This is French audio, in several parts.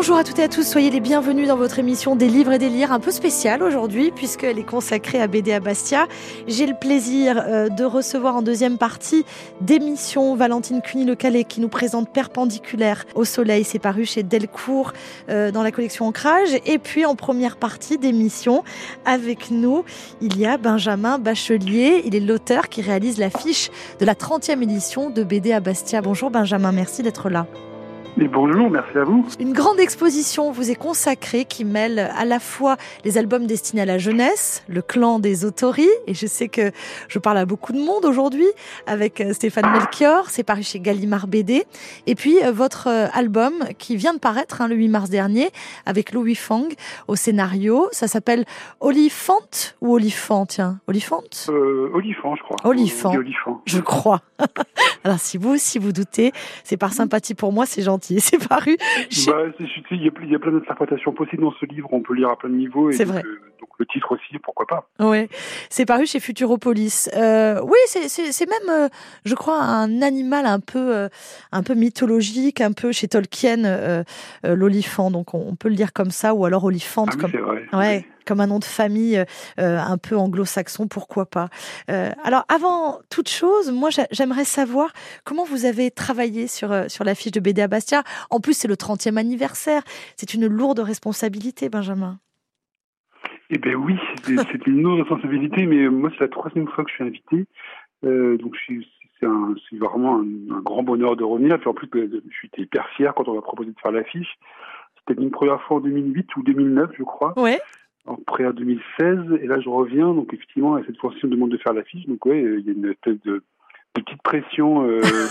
Bonjour à toutes et à tous, soyez les bienvenus dans votre émission des livres et des lires, un peu spéciale aujourd'hui puisqu'elle est consacrée à BD à Bastia. J'ai le plaisir de recevoir en deuxième partie d'émission Valentine Cuny-Le-Calais qui nous présente Perpendiculaire au soleil, c'est paru chez Delcourt dans la collection Ancrage. Et puis en première partie d'émission avec nous, il y a Benjamin Bachelier, il est l'auteur qui réalise l'affiche de la 30e édition de BD à Bastia. Bonjour Benjamin, merci d'être là. Et bonjour, merci à vous. Une grande exposition vous est consacrée qui mêle à la fois les albums destinés à la jeunesse, le clan des Autori, et je sais que je parle à beaucoup de monde aujourd'hui avec Stéphane Melchior, c'est paru chez Gallimard BD, et puis votre album qui vient de paraître le 8 mars dernier avec Louis Fang au scénario, ça s'appelle Olifant ou Olifant, tiens, Olifant Olifant, je crois. Olifant, Olifant. Je crois. Alors si vous doutez, c'est par sympathie pour moi, c'est gentil. C'est paru chez... Il y a plein d'interprétations possibles dans ce livre, on peut lire à plein de niveaux. Et c'est donc, vrai. Donc le titre aussi, pourquoi pas. Oui, c'est paru chez Futuropolis. Oui, c'est même, je crois, un animal un peu mythologique, un peu chez Tolkien, l'olifant. Donc on peut le dire comme ça, ou alors olifante, Ah oui, c'est vrai. Ouais. Oui. Comme un nom de famille un peu anglo-saxon, pourquoi pas. Alors, avant toute chose, moi, j'aimerais savoir comment vous avez travaillé sur l'affiche de BD à Bastia. En plus, c'est le 30e anniversaire. C'est une lourde responsabilité, Benjamin. Eh bien oui, c'est une lourde responsabilité, mais moi, c'est la 3e fois que je suis invité. Donc, c'est vraiment un grand bonheur de revenir. Puis en plus, je suis hyper fier quand on m'a proposé de faire l'affiche. C'était une première fois en 2008 ou 2009, je crois. Ouais. Après en 2016, et là je reviens, donc effectivement, à cette fois-ci on me demande de faire l'affiche, donc ouais, il y a une espèce de petite pression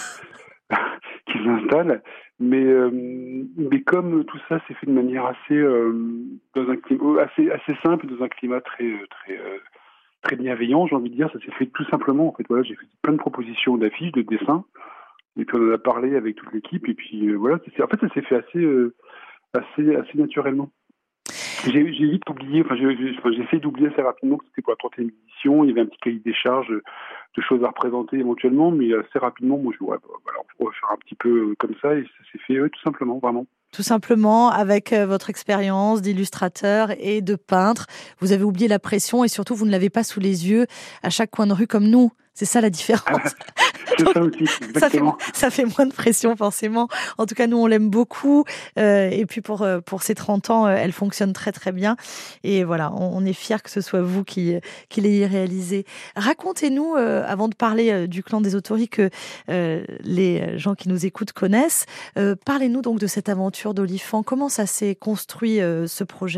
qui s'installe, mais comme tout ça s'est fait de manière assez dans un climat assez simple, dans un climat très bienveillant, j'ai envie de dire, ça s'est fait tout simplement. En fait, voilà, j'ai fait plein de propositions d'affiches, de dessins, et puis on en a parlé avec toute l'équipe, et puis voilà, en fait ça s'est fait assez naturellement. J'ai vite oublié, j'ai essayé d'oublier assez rapidement que c'était pour la 30e édition. Il y avait un petit cahier des charges de choses à représenter éventuellement, mais assez rapidement, moi, on va faire un petit peu comme ça, et ça s'est fait tout simplement, vraiment. Tout simplement, avec votre expérience d'illustrateur et de peintre, vous avez oublié la pression et surtout, vous ne l'avez pas sous les yeux à chaque coin de rue comme nous. C'est ça la différence. C'est ça aussi, exactement. Ça fait moins de pression forcément. En tout cas, nous, on l'aime beaucoup. Et puis pour ces 30 ans, elle fonctionne très très bien. Et voilà, on est fiers que ce soit vous qui l'ayez réalisé. Racontez-nous, avant de parler du clan des Autori que les gens qui nous écoutent connaissent, parlez-nous donc de cette aventure d'Olifant. Comment ça s'est construit ce projet ?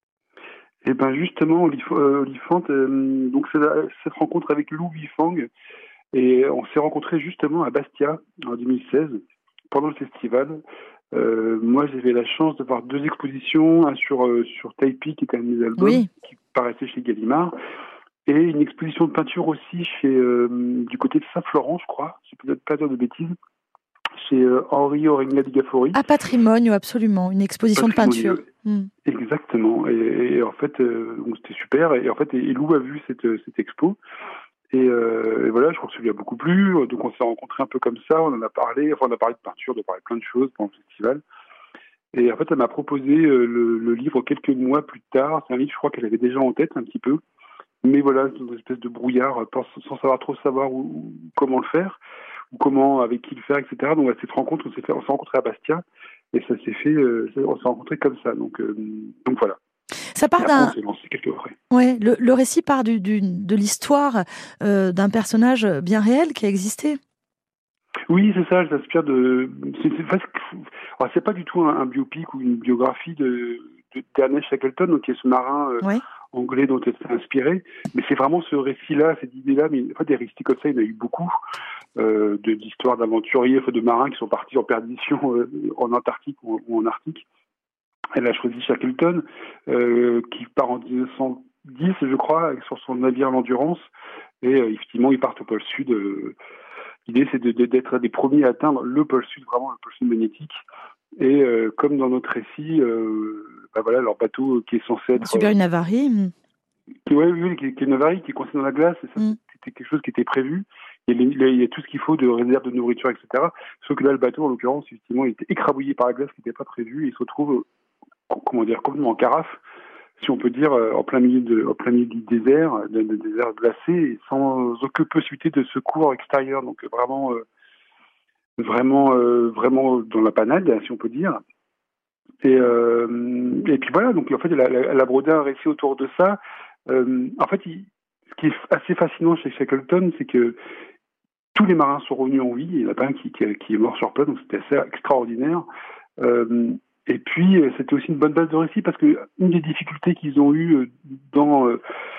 Eh ben justement, Olifant, donc c'est cette rencontre avec Louis Fang. Et on s'est rencontrés justement à Bastia en 2016, pendant le festival. Moi, j'avais la chance de voir 2 expositions, un sur Taipi, qui était un de mes albums, oui, qui paraissait chez Gallimard, et une exposition de peinture aussi du côté de Saint-Florent, je crois, je peux peut-être pas dire de bêtises, chez Henri Aurigna di Gaffori. À Patrimoine, absolument, une exposition de peinture. Exactement, et en fait, donc c'était super, et en fait, et Lou a vu cette expo. Et voilà, je crois que ça lui a beaucoup plu. Donc on s'est rencontrés un peu comme ça, on a parlé de peinture, de parler de plein de choses pendant le festival. Et en fait, elle m'a proposé le livre quelques mois plus tard. C'est un livre, je crois qu'elle avait déjà en tête un petit peu. Mais voilà, c'est une espèce de brouillard, sans savoir comment le faire, ou avec qui le faire, etc. Donc à cette rencontre, on s'est rencontrés à Bastia, et ça s'est fait, on s'est rencontrés comme ça. Donc voilà. Ça part d'un. Ouais, le récit part de l'histoire d'un personnage bien réel qui a existé. Oui, c'est ça. Elle s'inspire de. C'est pas du tout un biopic ou une biographie d'Ernest Shackleton, donc qui est ce marin anglais dont elle s'est inspirée. Mais c'est vraiment ce récit-là, cette idée-là. Mais en fait, des récits comme ça, il y en a eu beaucoup d'histoires d'aventuriers, de marins qui sont partis en perdition en Antarctique ou en Arctique. Elle a choisi Shackleton, qui part en 1910, je crois, sur son navire l'Endurance. Et effectivement, ils partent au pôle Sud. L'idée, c'est d'être des premiers à atteindre le pôle Sud, vraiment le pôle Sud magnétique. Et comme dans notre récit, leur bateau qui est censé être... Subir une avarie. Qui est une avarie, qui est coincé dans la glace. Et ça, c'était quelque chose qui était prévu. Il y a tout ce qu'il faut de réserve de nourriture, etc. Sauf que là, le bateau, en l'occurrence, effectivement, il était écrabouillé par la glace qui n'était pas prévu. Et il se retrouve, complètement en carafe, si on peut dire, en plein milieu du désert, d'un désert glacé, et sans aucune possibilité de secours extérieur. Donc vraiment dans la panade, si on peut dire. Et puis voilà, donc en fait, elle a brodé un récit autour de ça. En fait, ce qui est assez fascinant chez Shackleton, c'est que tous les marins sont revenus en vie. Il n'y en a pas un qui est mort sur place, donc c'était assez extraordinaire. Et puis, c'était aussi une bonne base de récit parce que une des difficultés qu'ils ont eues dans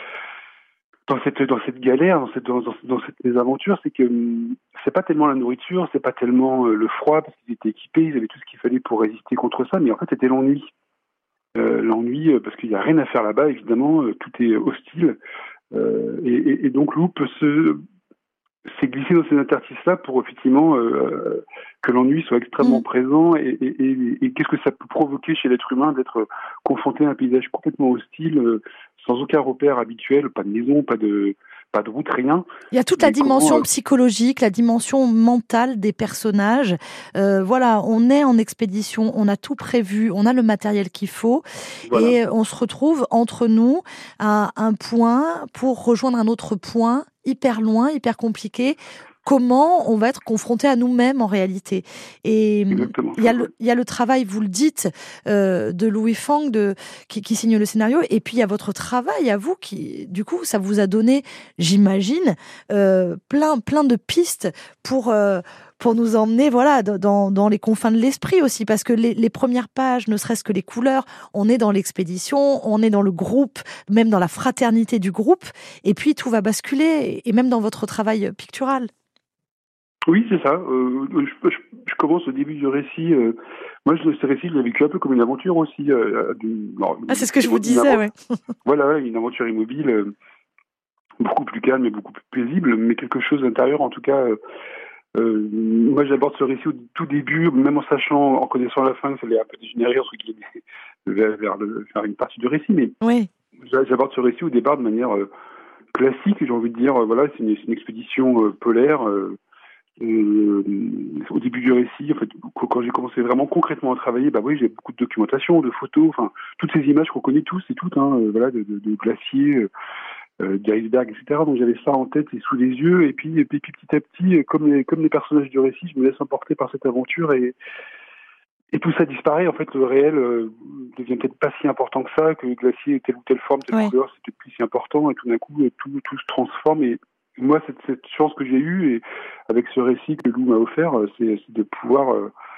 cette galère, dans cette mésaventure, c'est que c'est pas tellement la nourriture, c'est pas tellement le froid parce qu'ils étaient équipés, ils avaient tout ce qu'il fallait pour résister contre ça, mais en fait c'était l'ennui. L'ennui parce qu'il n'y a rien à faire là-bas, évidemment, tout est hostile, et donc Lou s'est glissé dans ces interstices-là pour effectivement que l'ennui soit extrêmement présent, et qu'est-ce que ça peut provoquer chez l'être humain d'être confronté à un paysage complètement hostile, sans aucun repère habituel, pas de maison, pas de route, rien. Il y a toute la dimension psychologique, la dimension mentale des personnages. Voilà, on est en expédition, on a tout prévu, on a le matériel qu'il faut, voilà. Et on se retrouve entre nous à un point pour rejoindre un autre point, hyper loin, hyper compliqué. Comment on va être confronté à nous-mêmes en réalité. Et il y a le travail, vous le dites, de Louis Fang qui signe le scénario, et puis il y a votre travail à vous qui, du coup, ça vous a donné, j'imagine, plein de pistes pour nous emmener, voilà, dans les confins de l'esprit aussi, parce que les premières pages, ne serait-ce que les couleurs, on est dans l'expédition, on est dans le groupe, même dans la fraternité du groupe, et puis tout va basculer, et même dans votre travail pictural. Oui, c'est ça. Je commence au début du récit. Moi, ce récit, je l'ai vécu un peu comme une aventure aussi. C'est ce que je vous disais, ouais. Voilà, une aventure immobile, beaucoup plus calme et beaucoup plus paisible, mais quelque chose d'intérieur, en tout cas. Moi, j'aborde ce récit au tout début, même en connaissant la fin, ça allait un peu dégénérer, entre guillemets, vers une partie du récit, mais oui. J'aborde ce récit au départ de manière classique, j'ai envie de dire. Voilà, c'est une expédition polaire. Au début du récit, en fait, quand j'ai commencé vraiment concrètement à travailler, bah oui, j'ai beaucoup de documentation, de photos, enfin toutes ces images qu'on connaît tous et toutes, voilà, de glaciers, d'iceberg, etc. Donc j'avais ça en tête et sous les yeux, et puis petit à petit, comme les personnages du récit, je me laisse emporter par cette aventure, et tout ça disparaît. En fait, le réel devient peut-être pas si important que ça, que le glacier telle ou telle forme, telle couleur, c'est peut-être plus si important, et tout d'un coup, tout se transforme. Et moi, cette chance que j'ai eue, et avec ce récit que Lou m'a offert, c'est de pouvoir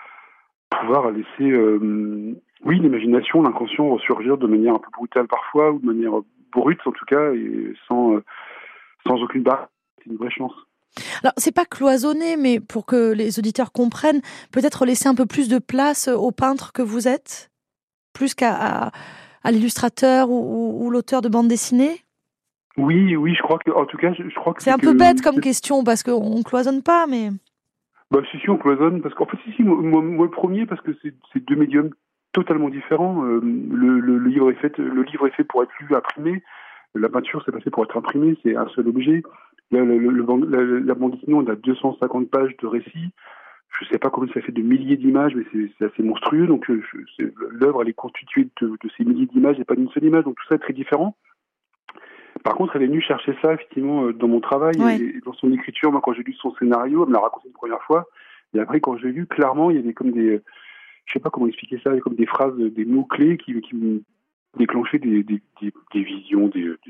laisser, l'imagination, l'inconscient ressurgir de manière un peu brutale parfois, ou de manière brute en tout cas, et sans aucune barre. C'est une vraie chance. Alors, c'est pas cloisonné, mais pour que les auditeurs comprennent, peut-être laisser un peu plus de place au peintre que vous êtes, plus qu'à l'illustrateur ou l'auteur de bande dessinée. Oui, je crois que, en tout cas, je crois que c'est un peu bête comme question, parce qu'on cloisonne pas, mais. Bah, si, on cloisonne, parce qu'en fait, moi, le premier, parce que c'est deux médiums totalement différents. Le livre est fait pour être lu, imprimé. La peinture, c'est pas fait pour être imprimé, c'est un seul objet. La bande dessinée, on a 250 pages de récit. Je sais pas combien ça fait de milliers d'images, mais c'est assez monstrueux. Donc, l'œuvre, elle est constituée de ces milliers d'images et pas d'une seule image. Donc, tout ça est très différent. Par contre, elle est venue chercher ça, effectivement, dans mon travail, et dans son écriture. Moi, quand j'ai lu son scénario, elle me l'a raconté une première fois. Et après, quand j'ai lu, clairement, il y avait comme des... Je sais pas comment expliquer ça, comme des phrases, des mots-clés qui me déclenchaient des visions,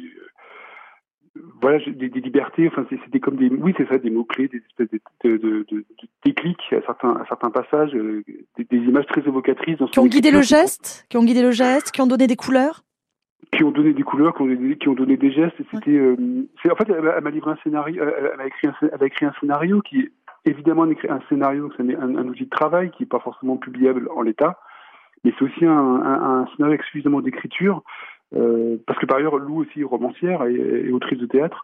voilà, des libertés. Enfin, c'était comme des... Oui, c'est ça, des mots-clés, des espèces de déclics à certains passages, des images très évocatrices. Qui ont guidé le geste, qui ont donné des couleurs. Qui ont donné des couleurs, qui ont donné des gestes. Et en fait, elle m'a livré un scénario. Elle a écrit un scénario qui est évidemment un scénario, c'est un outil de travail qui est pas forcément publiable en l'état, mais c'est aussi un scénario avec suffisamment d'écriture, parce que par ailleurs, Lou aussi est romancière et autrice de théâtre,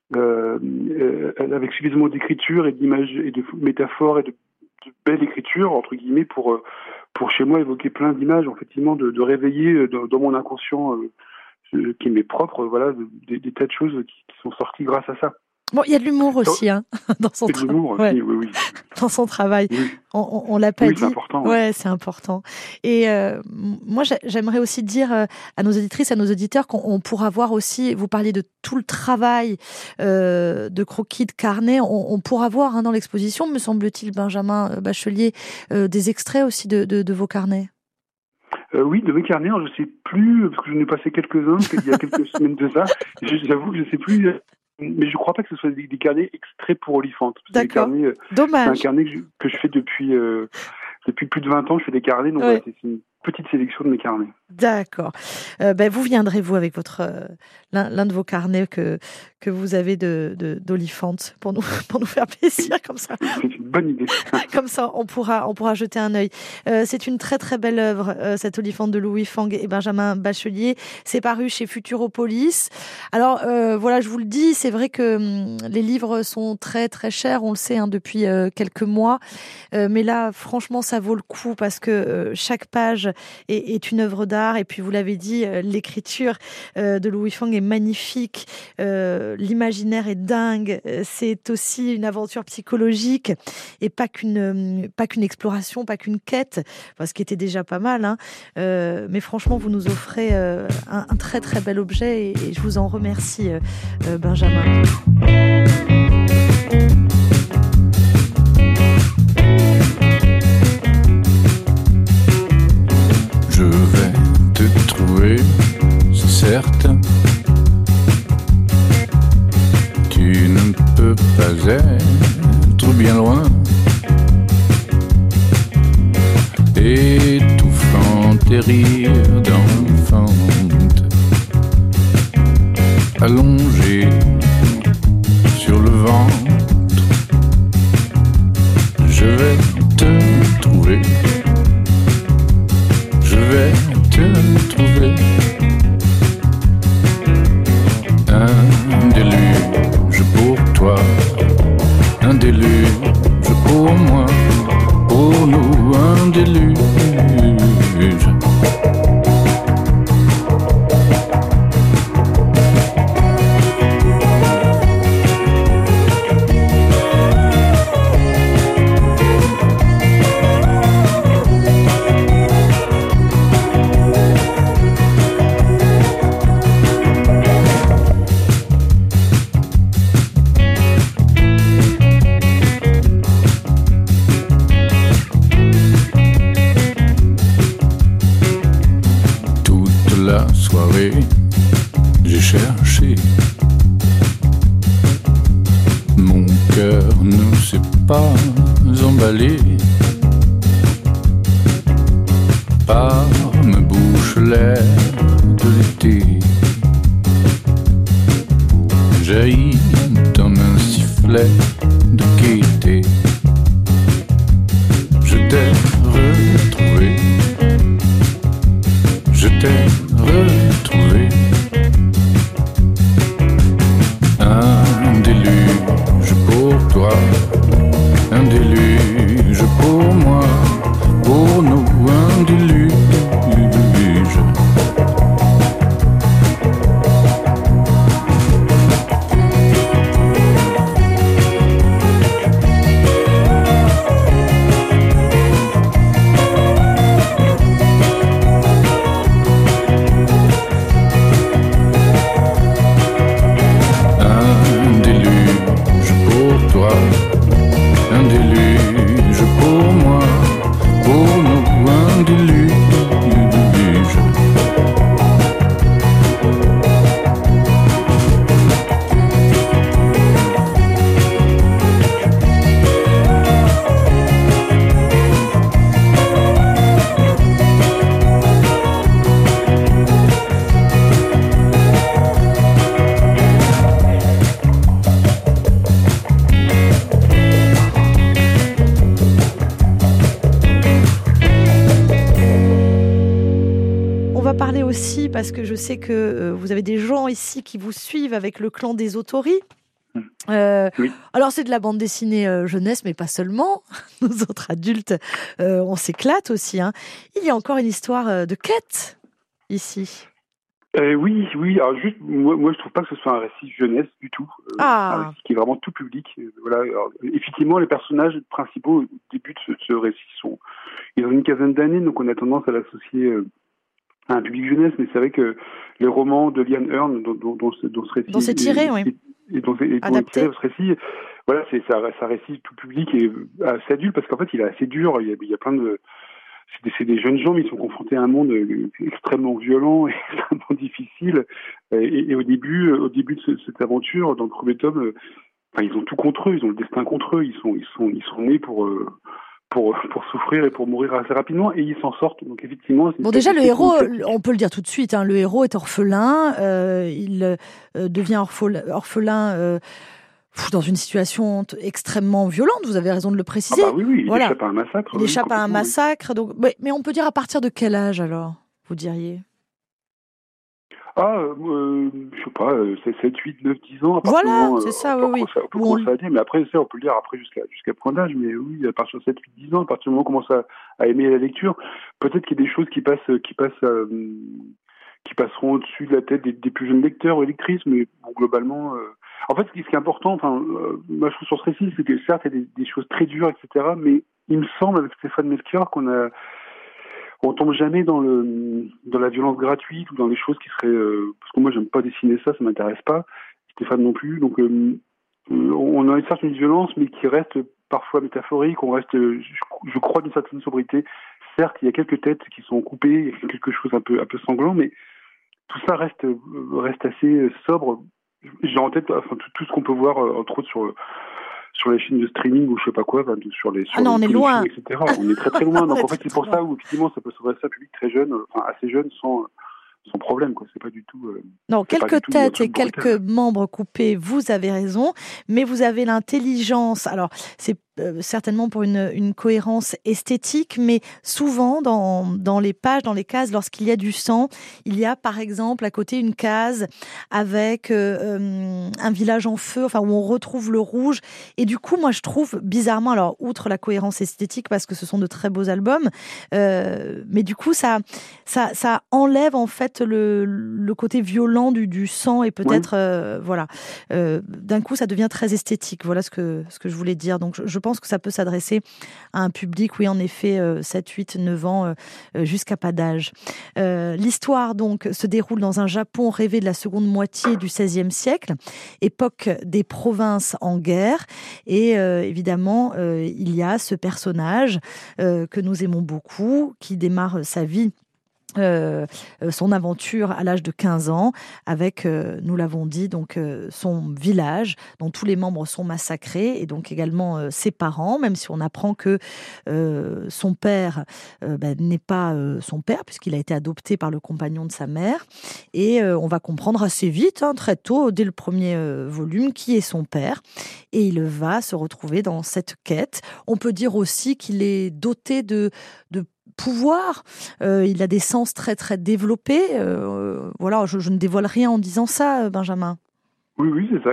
avec suffisamment d'écriture et d'images et de métaphores et de belle écriture entre guillemets pour chez moi évoquer plein d'images, effectivement, de réveiller dans mon inconscient qui m'est propre, voilà, des tas de choses qui sont sorties grâce à ça. Bon, il y a de l'humour aussi, dans son travail. L'humour aussi, oui. Dans son travail. Oui. On l'a pas dit. C'est important. Ouais, c'est important. Et moi, j'aimerais aussi dire à nos auditrices, à nos auditeurs qu'on pourra voir aussi, vous parliez de tout le travail de croquis, de carnet, on pourra voir dans l'exposition, me semble-t-il, Benjamin Bachelier, des extraits aussi de vos carnets. Oui, de mes carnets, je ne sais plus, parce que je n'ai passé quelques-uns il y a quelques semaines de ça. J'avoue que je ne sais plus, mais je ne crois pas que ce soit des carnets extraits pour Olifant. D'accord. Dommage. C'est un carnet que je fais depuis plus de 20 ans, je fais des carnets, donc ouais. C'est une petite sélection de mes carnets. D'accord. Vous viendrez, vous, avec l'un de vos carnets que vous avez d'Olifant pour nous faire plaisir, comme ça. C'est une bonne idée. Comme ça, on pourra jeter un œil. C'est une très, très belle œuvre, cette Olifant de Lu Weifang et Benjamin Bachelier. C'est paru chez Futuropolis. Alors, voilà, je vous le dis, c'est vrai que les livres sont très, très chers, on le sait, depuis quelques mois. Mais là, franchement, ça vaut le coup parce que chaque page est une œuvre d'art. Et puis, vous l'avez dit, l'écriture de Lu Weifang est magnifique. L'imaginaire est dingue. C'est aussi une aventure psychologique et pas qu'une exploration, pas qu'une quête, ce qui était déjà pas mal. Mais franchement, vous nous offrez un très, très bel objet et je vous en remercie, Benjamin. Je vais te trouver, c'est certain. Tu ne peux pas être bien loin. Étouffant tes rires d'enfante, allongé sur le ventre. Je vais te trouver. Je vais te trouver. Un déluge pour toi, un déluge pour moi, pour nous un déluge. J'ai cherché, mon cœur ne s'est pas emballé par ma bouche l'air de l'été. Jaillit comme un sifflet de gaieté. Je t'ai retrouvé, je t'ai retrouvé. Un déluge pour toi, un déluge pour moi, pour nous un déluge. Parce que je sais que vous avez des gens ici qui vous suivent avec le clan des Autori. Oui. Alors c'est de la bande dessinée jeunesse, mais pas seulement. Nous autres adultes, on s'éclate aussi. Il y a encore une histoire de quête ici. Oui. Alors juste, moi, je trouve pas que ce soit un récit jeunesse du tout. Un récit qui est vraiment tout public. Voilà. Alors, effectivement, les personnages principaux au début de ce récit ils ont une quinzaine d'années, donc on a tendance à l'associer à un public jeunesse. Mais c'est vrai que les romans de Liane Hearn, dont ce récit, dont c'est tiré, oui, et dont est tiré ce récit, voilà, c'est ça récit tout public et assez adulte parce qu'en fait, il est assez dur. Il y a plein de c'est des jeunes gens, mais ils sont confrontés à un monde extrêmement violent et extrêmement difficile. Et au début de cette aventure, dans le premier tome, ils ont tout contre eux, ils ont le destin contre eux. Ils sont nés pour souffrir et pour mourir assez rapidement, et ils s'en sortent. Donc effectivement, bon, déjà le héros, on peut le dire tout de suite, hein, le héros est orphelin. Il devient orphelin. Dans une situation extrêmement violente, vous avez raison de le préciser. Ah bah oui, il échappe à un massacre. Il échappe à un massacre. Donc, mais on peut dire à partir de quel âge alors, vous diriez? Je sais pas, c'est 7, 8, 9, 10 ans. Voilà, c'est ça, oui. On peut commencer à dire, mais après, on peut le dire après jusqu'à point d'âge, mais oui, à partir de 7, 8, 10 ans, à partir du moment où on commence à aimer la lecture, peut-être qu'il y a des choses qui passeront au-dessus de la tête des plus jeunes lecteurs ou lectrices, mais bon, globalement... En fait, ce qui est important, moi je trouve sur ce récit, c'est que certes, il y a des choses très dures, etc., mais il me semble, avec Stéphane Melchior, on tombe jamais dans la violence gratuite ou dans des choses qui seraient... parce que moi, j'aime pas dessiner ça m'intéresse pas, Stéphane non plus, donc on a certes une violence, mais qui reste parfois métaphorique, on reste, je crois, d'une certaine sobriété. Certes, il y a quelques têtes qui sont coupées, il y a quelque chose un peu sanglant, mais tout ça reste assez sobre. J'ai en tête tout ce qu'on peut voir, entre autres, sur les chaînes de streaming ou je sais pas quoi, on est loin, etc. On est très très loin. Donc en fait, c'est pour ça où effectivement ça peut s'adresser à un public très jeune, assez jeune, sans problème, quoi. C'est pas du tout. Non, quelques têtes et quelques membres coupés, vous avez raison, mais vous avez l'intelligence. Alors, c'est certainement pour une cohérence esthétique, mais souvent dans les pages, dans les cases, lorsqu'il y a du sang, il y a par exemple à côté une case avec un village en feu, où on retrouve le rouge. Et du coup, moi je trouve bizarrement, alors outre la cohérence esthétique, parce que ce sont de très beaux albums, mais du coup ça enlève en fait le côté violent du sang et peut-être d'un coup ça devient très esthétique. Voilà ce que je voulais dire. Donc je pense que ça peut s'adresser à un public, oui, en effet, 7, 8, 9 ans, jusqu'à pas d'âge. L'histoire, donc, se déroule dans un Japon rêvé de la seconde moitié du XVIe siècle, époque des provinces en guerre. Et évidemment, il y a ce personnage que nous aimons beaucoup, qui démarre sa vie, son aventure à l'âge de 15 ans avec, nous l'avons dit, donc son village dont tous les membres sont massacrés et donc également ses parents, même si on apprend que son père n'est pas son père puisqu'il a été adopté par le compagnon de sa mère, et on va comprendre assez vite, très tôt, dès le premier volume, qui est son père, et il va se retrouver dans cette quête. On peut dire aussi qu'il est doté de pouvoir, il a des sens très très développés. Voilà, je ne dévoile rien en disant ça, Benjamin. Oui, c'est ça.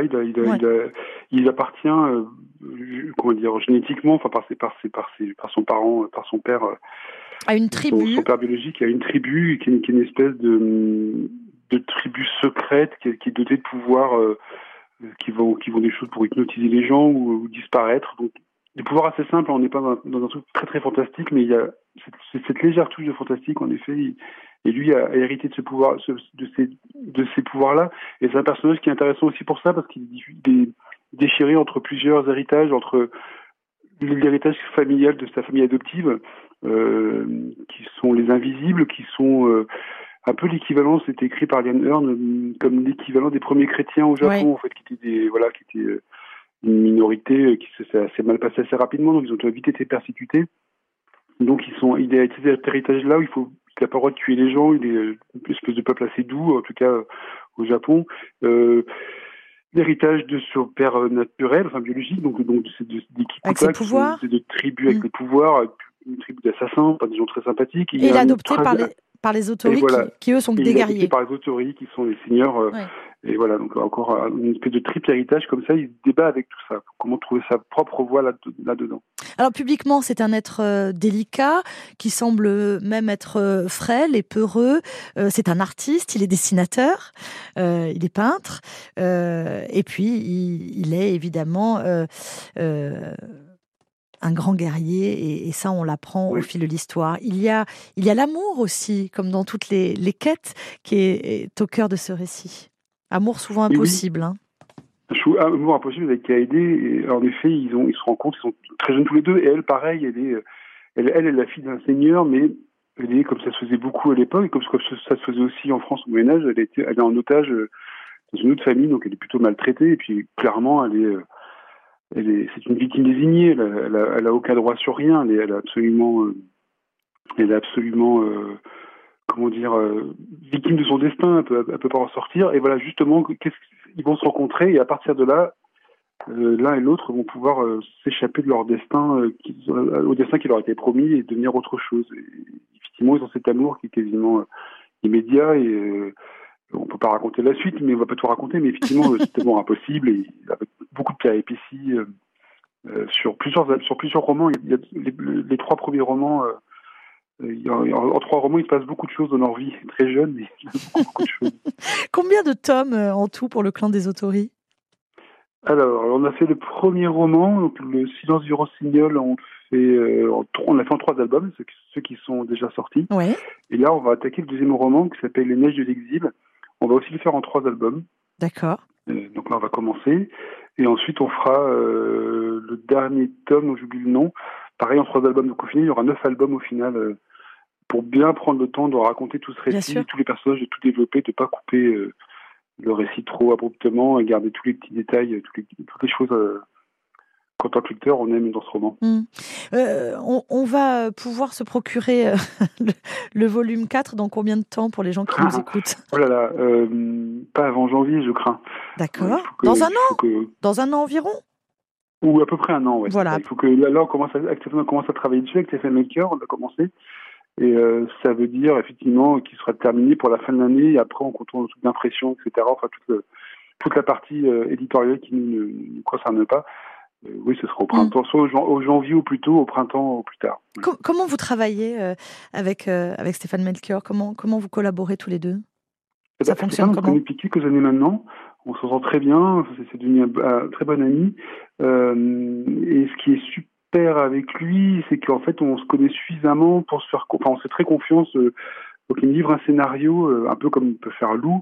Il appartient, génétiquement, par son parent, par son père, à une tribu. Son père biologique, à une tribu qui est une espèce de tribu secrète qui est dotée de pouvoirs qui vont des choses pour hypnotiser les gens ou disparaître. Donc des pouvoirs assez simples. On n'est pas dans un truc très très fantastique, mais il y a cette légère touche de fantastique, en effet. Et lui a hérité de ce pouvoir, de ces pouvoirs-là. Et c'est un personnage qui est intéressant aussi pour ça, parce qu'il est déchiré entre plusieurs héritages, entre l'héritage familial de sa famille adoptive, qui sont les invisibles, qui sont un peu l'équivalent, c'était écrit par Liane Hearn, comme l'équivalent des premiers chrétiens au Japon, en fait, qui étaient une minorité qui s'est assez mal passée assez rapidement, donc ils ont vite été persécutés. Donc il a été cet héritage-là où il n'a pas le droit de tuer les gens, il est une espèce de peuple assez doux, en tout cas au Japon. L'héritage de son père naturel, biologique, donc de tribus avec des pouvoirs, une tribu d'assassins, pas des gens très sympathiques. Et il est adopté par les Et autorités voilà. qui eux sont Et des il est habité guerriers. par les autorités qui sont les seigneurs. Ouais. Et voilà, donc encore une espèce de triple héritage comme ça. Il se débat avec tout ça. Comment trouver sa propre voie là-dedans. Alors publiquement, c'est un être délicat qui semble même être frêle et peureux. C'est un artiste, il est dessinateur, il est peintre, et puis il est évidemment un grand guerrier, et ça on l'apprend au Oui. fil de l'histoire. Il y a l'amour aussi, comme dans toutes les quêtes, qui est au cœur de ce récit. Amour souvent Et oui, impossible. Hein. Amour impossible avec K.A.D. Et en effet, ils se rencontrent, ils sont très jeunes tous les deux. Et elle, pareil, elle est la fille d'un seigneur, mais elle est, comme ça se faisait beaucoup à l'époque, et comme ça se faisait aussi en France au Moyen-Âge, elle est en otage dans une autre famille, donc elle est plutôt maltraitée. Et puis, clairement, c'est une victime désignée. Elle a aucun droit sur rien. Elle est absolument, comment dire, victime de son destin. Elle peut pas en sortir. Et voilà, justement, ils vont se rencontrer, et à partir de là, l'un et l'autre vont pouvoir s'échapper de leur destin, au destin qui leur a été promis, et devenir autre chose. Et, effectivement, ils ont cet amour qui est quasiment immédiat, et on peut pas raconter la suite, mais on va pas tout raconter. Mais effectivement, c'est amour impossible, et avec beaucoup de péripéties sur plusieurs romans. Il y a les 3 premiers romans. En 3 romans, il se passe beaucoup de choses dans leur vie. Très jeunes, mais il y a beaucoup de choses. Combien de tomes en tout pour le clan des Autori? Alors, on a fait le premier roman, donc Le Silence du Rossignol. On l'a fait en 3 albums, ceux qui sont déjà sortis. Ouais. Et là, on va attaquer le deuxième roman qui s'appelle Les Neiges de l'Exil. On va aussi le faire en 3 albums. D'accord. Donc là, on va commencer. Et ensuite, on fera le dernier tome, dont j'oublie le nom. Pareil, en 3 albums. Donc au final, il y aura 9 albums au final, pour bien prendre le temps de raconter tout ce récit, tous les personnages, de tout développer, de ne pas couper le récit trop abruptement, et garder tous les petits détails, toutes les choses qu'en tant que lecteur, on aime dans ce roman. On va pouvoir se procurer le volume 4 dans combien de temps pour les gens qui nous écoutent? Oh là là, pas avant janvier, je crains. D'accord. Dans un an Dans un an environ? Ou à peu près un an, ouais. Voilà. Il faut que là on commence à travailler dessus avec Stephen Maker, on a commencé. Et ça veut dire effectivement qu'il sera terminé pour la fin de l'année, et après on contourne le truc d'impression, etc. Enfin toute la partie éditoriale qui ne nous concerne pas. Oui, ce sera au printemps, soit au janvier ou plutôt au printemps ou plus tard. Comment vous travaillez avec Stephen Melchior? Comment vous collaborez tous les deux? Ça fonctionne comment? On se connaît depuis quelques années maintenant. On s'entend très bien. C'est devenu un très bon ami. Et ce qui est super avec lui, c'est qu'en fait, on se connaît suffisamment pour se faire... Enfin, on se fait très confiance. Donc, il me livre un scénario, un peu comme peut faire Lou,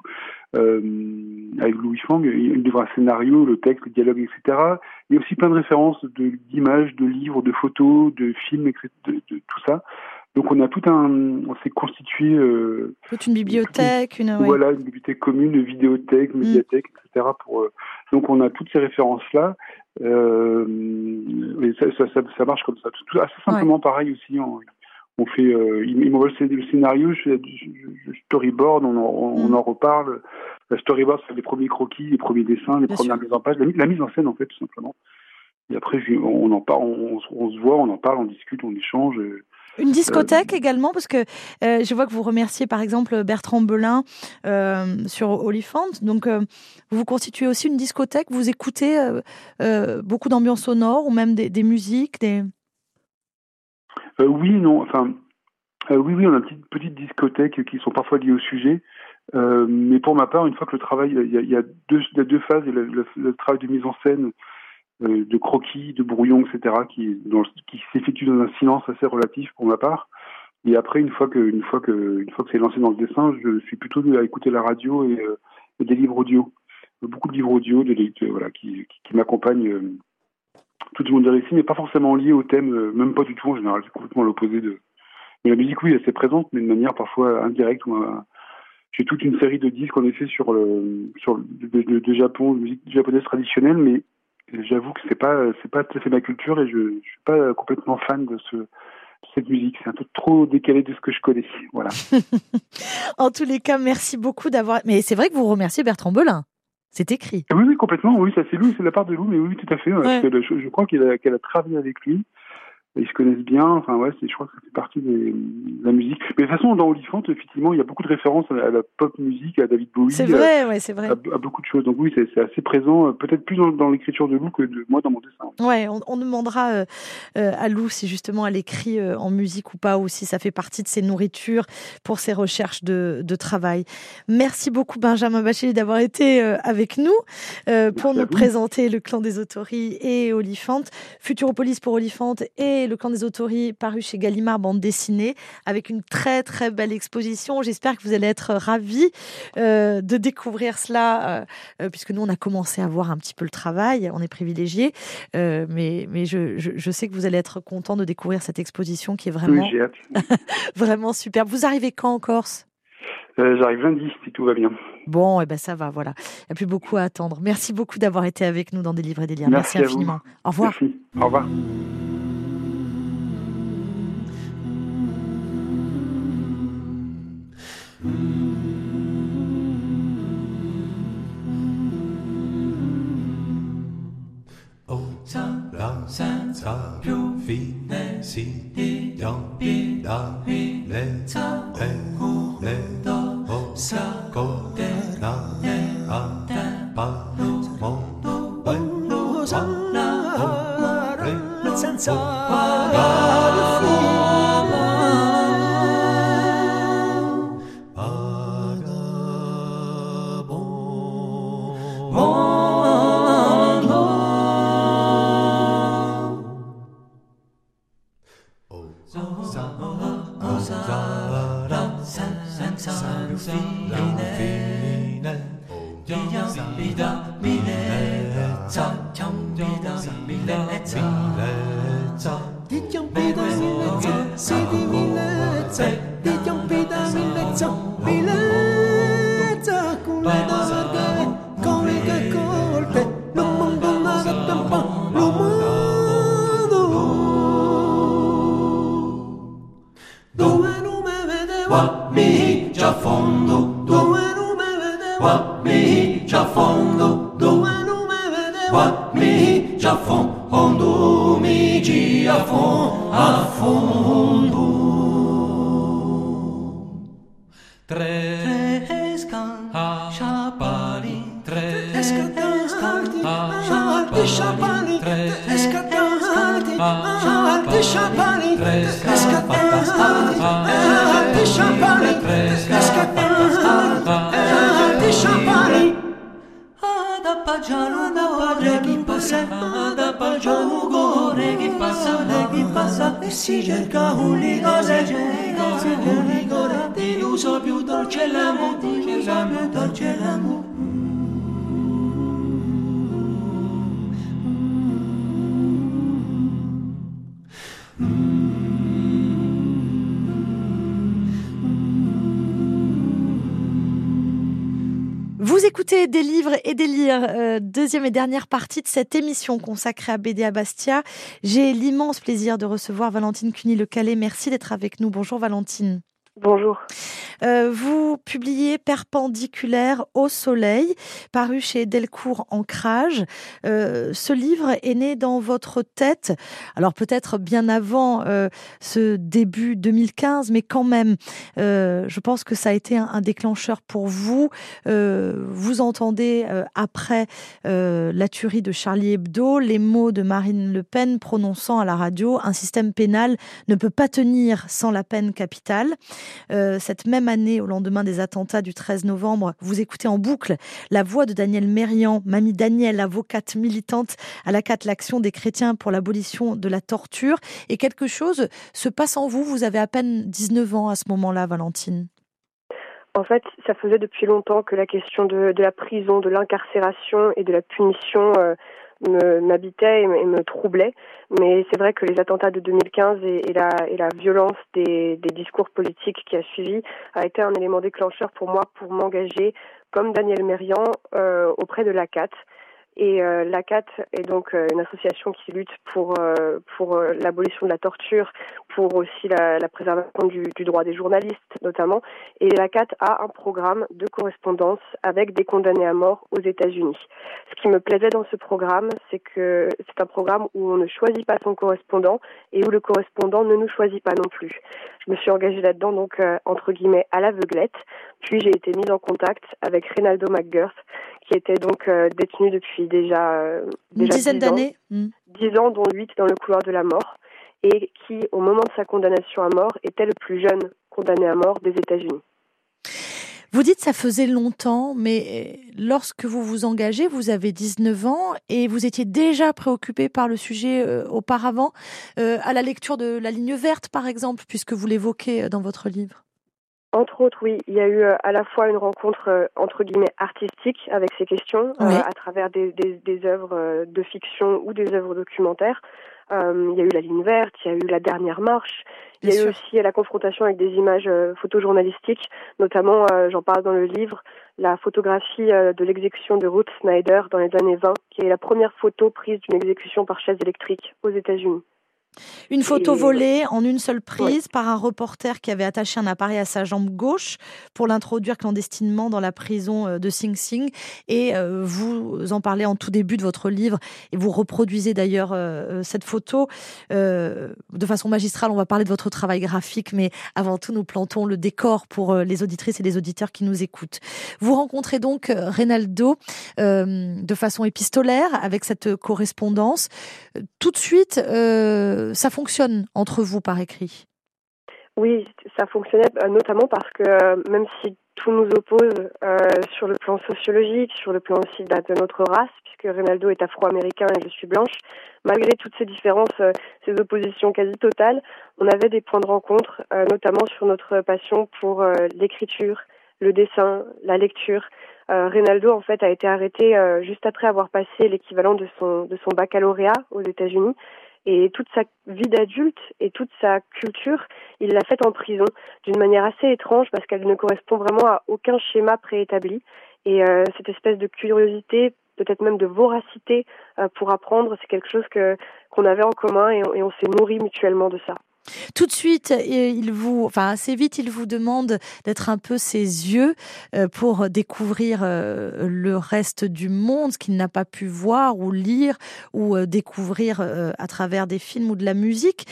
avec Louis Fang. Il me livre un scénario, le texte, le dialogue, etc. Il y a aussi plein de références d'images, de livres, de photos, de films, etc., de tout ça. Donc on s'est constitué toute une bibliothèque, voilà, une bibliothèque commune, une vidéothèque, une médiathèque, etc. Donc on a toutes ces références là, et ça marche comme ça. Tout assez simplement, pareil aussi. On fait, il m'envoie le scénario, je storyboard, on en reparle. La storyboard, c'est les premiers croquis, les premiers dessins, les premières mises en page, la mise en scène en fait, tout simplement. Et après, on en parle, on se voit, on en parle, on discute, on échange. Une discothèque également, parce que je vois que vous remerciez par exemple Bertrand Belin sur Oliphant. Donc vous constituez aussi une discothèque, vous écoutez beaucoup d'ambiance sonore ou même des musiques, oui, non, enfin, oui, on a une petite discothèque qui sont parfois liées au sujet. Mais pour ma part, une fois que le travail, il y a deux phases, il y a le travail de mise en scène, de croquis, de brouillons, etc., qui s'effectue dans un silence assez relatif pour ma part. Et après, une fois que c'est lancé dans le dessin, je suis plutôt à écouter la radio et des livres audio. Beaucoup de livres audio, voilà, qui m'accompagnent tout au long des récits, mais pas forcément liés au thème, même pas du tout en général, c'est complètement l'opposé de... Mais la musique, oui, elle est présente, mais de manière parfois indirecte. J'ai toute une série de disques en effet de Japon, de musique japonaise traditionnelle, mais j'avoue que c'est pas tout à fait ma culture, et je suis pas complètement fan de cette musique. C'est un peu trop décalé de ce que je connais. Voilà. En tous les cas, merci beaucoup d'avoir... Mais c'est vrai que vous remerciez Bertrand Belin. C'est écrit. Oui, complètement. Oui, ça c'est Lou, c'est la part de Lou, mais oui, tout à fait. Ouais. Parce que je crois qu'elle a travaillé avec lui. ils se connaissent bien. Enfin, ouais, je crois que ça fait partie de la musique. Mais de toute façon, dans Olifant, effectivement, il y a beaucoup de références à la pop musique, à David Bowie. C'est vrai, ouais, c'est vrai. À beaucoup de choses. Donc oui, c'est assez présent, peut-être plus dans l'écriture de Lou que de moi dans mon dessin. Ouais, on demandera à Lou si justement elle écrit en musique ou pas, ou si ça fait partie de ses nourritures pour ses recherches de travail. Merci beaucoup Benjamin Bacheli d'avoir été avec nous pour nous présenter Le Clan des Autoris et Olifant. Futuropolis pour Olifant et Le Clan des Autoris paru chez Gallimard bande dessinée avec une très très belle exposition. J'espère que vous allez être ravis de découvrir cela puisque nous on a commencé à voir un petit peu le travail, on est privilégiés. Mais je sais que vous allez être content de découvrir cette exposition qui est vraiment, oui, j'ai hâte. vraiment superbe. Vous arrivez quand en Corse ? J'arrive lundi, si tout va bien. Bon, et ben ça va, voilà. Il n'y a plus beaucoup à attendre. Merci beaucoup d'avoir été avec nous dans Des Livres et des Liens. Merci infiniment. Au revoir. Merci. Au revoir. Senza più fine si riempì da mille ossa codenare a palo mondo bello sanare senza si cerca un ligore, ti uso più dolce l'amore, ti uso più dolce l'amore. Vous écoutez Des Livres et des Lires, deuxième et dernière partie de cette émission consacrée à BD à Bastia. J'ai l'immense plaisir de recevoir Valentine Cuny-Lecalais. Merci d'être avec nous. Bonjour Valentine. Bonjour. Vous publiez Perpendiculaire au soleil, paru chez Delcourt Ancrage. Ce livre est né dans votre tête, alors peut-être bien avant ce début 2015, mais quand même, je pense que ça a été un déclencheur pour vous. Vous entendez après la tuerie de Charlie Hebdo, les mots de Marine Le Pen prononçant à la radio « Un système pénal ne peut pas tenir sans la peine capitale ». Cette même année, au lendemain des attentats du 13 novembre, vous écoutez en boucle la voix de Danielle Mérian, mamie Danielle, avocate militante à la CAT, l'Action des chrétiens pour l'abolition de la torture. Et quelque chose se passe en vous. Vous avez à peine 19 ans à ce moment-là, Valentine. En fait, ça faisait depuis longtemps que la question de la prison, de l'incarcération et de la punition m'habitait et me troublait. Mais c'est vrai que les attentats de 2015 et la violence des discours politiques qui a suivi a été un élément déclencheur pour moi pour m'engager comme Danielle Mérian auprès de la CAT. Et l'ACAT est donc une association qui lutte pour l'abolition de la torture, pour aussi la préservation du droit des journalistes notamment. Et l'ACAT a un programme de correspondance avec des condamnés à mort aux États-Unis. Ce qui me plaisait dans ce programme, c'est que c'est un programme où on ne choisit pas son correspondant et où le correspondant ne nous choisit pas non plus. Je me suis engagée là-dedans, donc entre guillemets à l'aveuglette. Puis j'ai été mise en contact avec Reynaldo McGurth, qui était donc détenu depuis déjà une dizaine d'années. 10 ans, dont 8 dans le couloir de la mort, et qui, au moment de sa condamnation à mort, était le plus jeune condamné à mort des États-Unis. Vous dites ça faisait longtemps, mais lorsque vous vous engagez, vous avez 19 ans et vous étiez déjà préoccupé par le sujet auparavant, à la lecture de La Ligne verte, par exemple, puisque vous l'évoquez dans votre livre. Entre autres, oui, il y a eu à la fois une rencontre entre guillemets artistique avec ces questions, Oui. à travers des œuvres de fiction ou des œuvres documentaires. Il y a eu La Ligne verte, il y a eu La Dernière marche. Il y a eu aussi la confrontation avec des images photojournalistiques, notamment, j'en parle dans le livre, la photographie de l'exécution de Ruth Snyder dans les années 20, qui est la première photo prise d'une exécution par chaise électrique aux États-Unis. Une photo volée en une seule prise par un reporter qui avait attaché un appareil à sa jambe gauche pour l'introduire clandestinement dans la prison de Sing Sing. Et vous en parlez en tout début de votre livre et vous reproduisez d'ailleurs cette photo de façon magistrale. On va parler de votre travail graphique, mais avant tout, nous plantons le décor pour les auditrices et les auditeurs qui nous écoutent. Vous rencontrez donc Reynaldo de façon épistolaire avec cette correspondance. Tout de suite, ça fonctionne entre vous par écrit? Oui, ça fonctionnait notamment parce que même si tout nous oppose sur le plan sociologique, sur le plan aussi de notre race, puisque Reynaldo est afro-américain et je suis blanche, malgré toutes ces différences, ces oppositions quasi totales, on avait des points de rencontre, notamment sur notre passion pour l'écriture, le dessin, la lecture. Reynaldo, en fait, a été arrêté juste après avoir passé l'équivalent de son baccalauréat aux États-Unis. Et toute sa vie d'adulte et toute sa culture, il l'a faite en prison d'une manière assez étrange parce qu'elle ne correspond vraiment à aucun schéma préétabli. Et cette espèce de curiosité, peut-être même de voracité pour apprendre, c'est quelque chose qu'on avait en commun et on s'est nourris mutuellement de ça. Tout de suite, assez vite, il vous demande d'être un peu ses yeux pour découvrir le reste du monde, ce qu'il n'a pas pu voir ou lire ou découvrir à travers des films ou de la musique.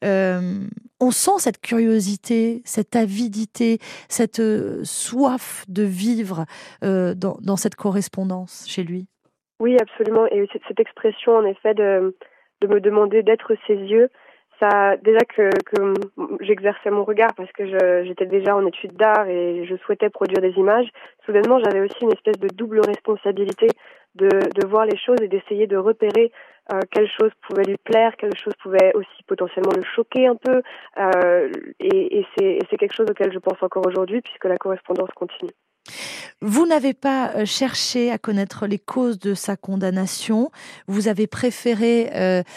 On sent cette curiosité, cette avidité, cette soif de vivre dans cette correspondance chez lui. Oui, absolument. Et cette expression, en effet, de me demander d'être ses yeux, ça, déjà que j'exerçais mon regard parce que j'étais déjà en études d'art et je souhaitais produire des images, soudainement j'avais aussi une espèce de double responsabilité de voir les choses et d'essayer de repérer quelle chose pouvait lui plaire, quelle chose pouvait aussi potentiellement le choquer un peu, et c'est quelque chose auquel je pense encore aujourd'hui puisque la correspondance continue. Vous n'avez pas cherché à connaître les causes de sa condamnation. Vous avez préféré,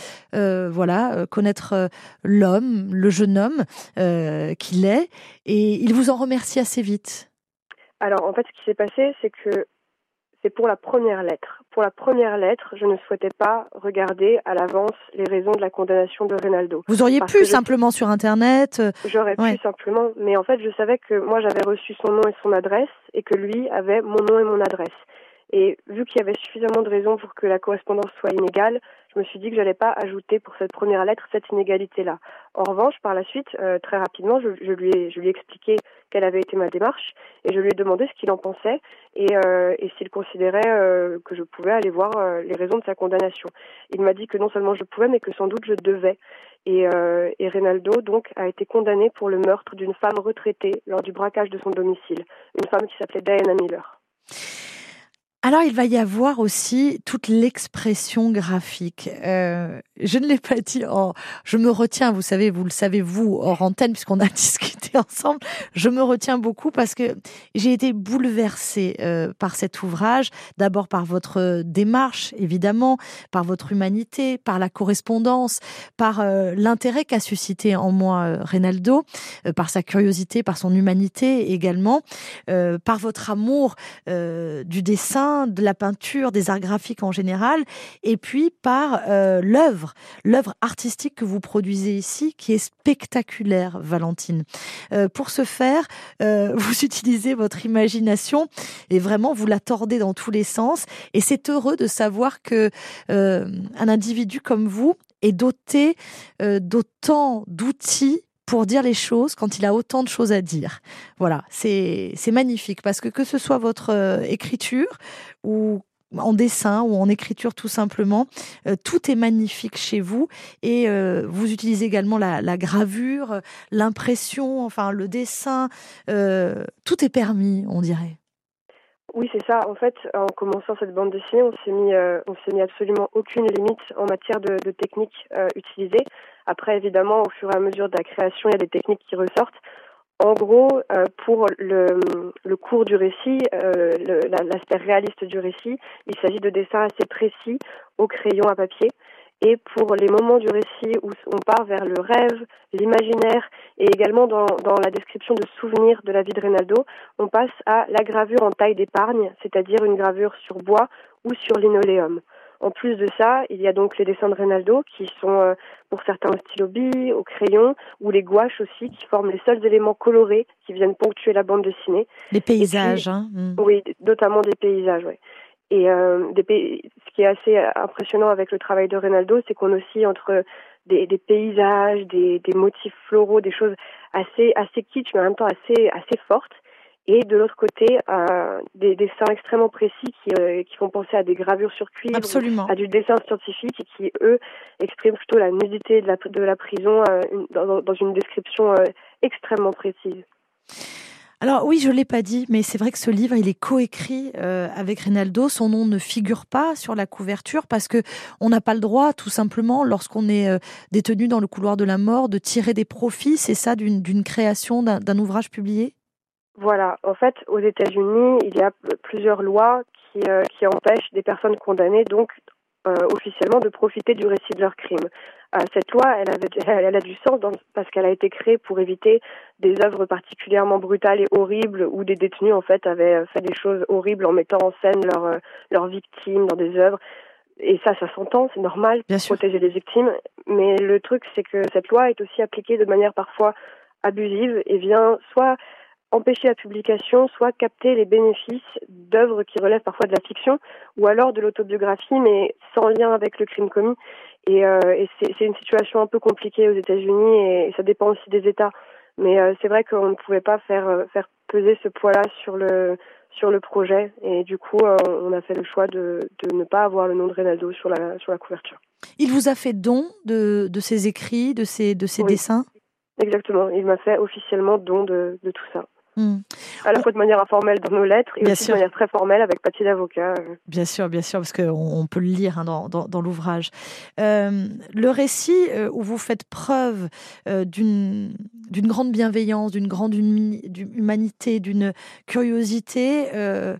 connaître l'homme, le jeune homme qu'il est, et il vous en remercie assez vite. Alors, en fait, ce qui s'est passé, c'est que c'est pour la première lettre. Pour la première lettre, je ne souhaitais pas regarder à l'avance les raisons de la condamnation de Reynaldo. Vous auriez pu simplement sur Internet. J'aurais pu simplement, mais en fait, je savais que moi, j'avais reçu son nom et son adresse et que lui avait mon nom et mon adresse. Et vu qu'il y avait suffisamment de raisons pour que la correspondance soit inégale, je me suis dit que j'allais pas ajouter pour cette première lettre cette inégalité-là. En revanche, par la suite, très rapidement, je lui ai expliqué quelle avait été ma démarche et je lui ai demandé ce qu'il en pensait et s'il considérait que je pouvais aller voir les raisons de sa condamnation. Il m'a dit que non seulement je pouvais, mais que sans doute je devais. Et Reynaldo, donc, a été condamné pour le meurtre d'une femme retraitée lors du braquage de son domicile, une femme qui s'appelait Diana Miller. Alors, il va y avoir aussi toute l'expression graphique. Je ne l'ai pas dit, je me retiens, vous savez, vous le savez, vous, hors antenne, puisqu'on a discuté ensemble, je me retiens beaucoup parce que j'ai été bouleversée par cet ouvrage, d'abord par votre démarche, évidemment, par votre humanité, par la correspondance, par l'intérêt qu'a suscité en moi Reynaldo, par sa curiosité, par son humanité également, par votre amour du dessin, dessin, de la peinture, des arts graphiques en général, et puis par l'œuvre artistique que vous produisez ici, qui est spectaculaire, Valentine. Pour ce faire, vous utilisez votre imagination et vraiment vous la tordez dans tous les sens. Et c'est heureux de savoir que un individu comme vous est doté d'autant d'outils pour dire les choses quand il a autant de choses à dire. Voilà, c'est magnifique parce que ce soit votre écriture ou en dessin ou en écriture tout simplement, tout est magnifique chez vous et vous utilisez également la gravure, l'impression, enfin le dessin, tout est permis, on dirait. Oui, c'est ça. En fait, en commençant cette bande dessinée, on s'est mis absolument aucune limite en matière de techniques utilisées. Après, évidemment, au fur et à mesure de la création, il y a des techniques qui ressortent. En gros, pour le cours du récit, l'aspect réaliste du récit, il s'agit de dessins assez précis au crayon à papier. Et pour les moments du récit où on part vers le rêve, l'imaginaire, et également dans la description de souvenirs de la vie de Reynaldo, on passe à la gravure en taille d'épargne, c'est-à-dire une gravure sur bois ou sur linoléum. En plus de ça, il y a donc les dessins de Reynaldo qui sont pour certains au stylo bille, au crayon, ou les gouaches aussi, qui forment les seuls éléments colorés qui viennent ponctuer la bande dessinée. Les paysages, Oui, notamment des paysages, oui. Et ce qui est assez impressionnant avec le travail de Reynaldo, c'est qu'on oscille entre des paysages, des motifs floraux, des choses assez kitsch, mais en même temps assez fortes. Et de l'autre côté, des dessins extrêmement précis qui font penser à des gravures sur cuivre, absolument, à du dessin scientifique et qui, eux, expriment plutôt la nudité de la prison dans une description extrêmement précise. Alors oui, je ne l'ai pas dit, mais c'est vrai que ce livre, il est coécrit avec Reynaldo. Son nom ne figure pas sur la couverture parce que on n'a pas le droit, tout simplement, lorsqu'on est détenu dans le couloir de la mort, de tirer des profits. C'est ça d'une création d'un ouvrage publié ? Voilà. En fait, aux États-Unis, il y a plusieurs lois qui empêchent des personnes condamnées, donc officiellement, de profiter du récit de leur crime. Cette loi, elle a du sens parce qu'elle a été créée pour éviter des œuvres particulièrement brutales et horribles où des détenus en fait avaient fait des choses horribles en mettant en scène leurs victimes dans des œuvres. Et ça s'entend, c'est normal, pour protéger les victimes. Mais le truc, c'est que cette loi est aussi appliquée de manière parfois abusive et vient soit empêcher la publication, soit capter les bénéfices d'œuvres qui relèvent parfois de la fiction ou alors de l'autobiographie, mais sans lien avec le crime commis. Et c'est une situation un peu compliquée aux États-Unis et ça dépend aussi des États. Mais c'est vrai qu'on ne pouvait pas faire peser ce poids-là sur le projet. Et du coup, on a fait le choix de ne pas avoir le nom de Reynaldo sur la couverture. Il vous a fait don de ses écrits, de ses dessins ? Exactement. Il m'a fait officiellement don de tout ça. À la fois de manière informelle dans nos lettres et aussi de manière très formelle avec papier d'avocat. Bien sûr, parce qu'on peut le lire dans l'ouvrage. Le récit où vous faites preuve d'une grande bienveillance, d'une grande humanité, d'une curiosité,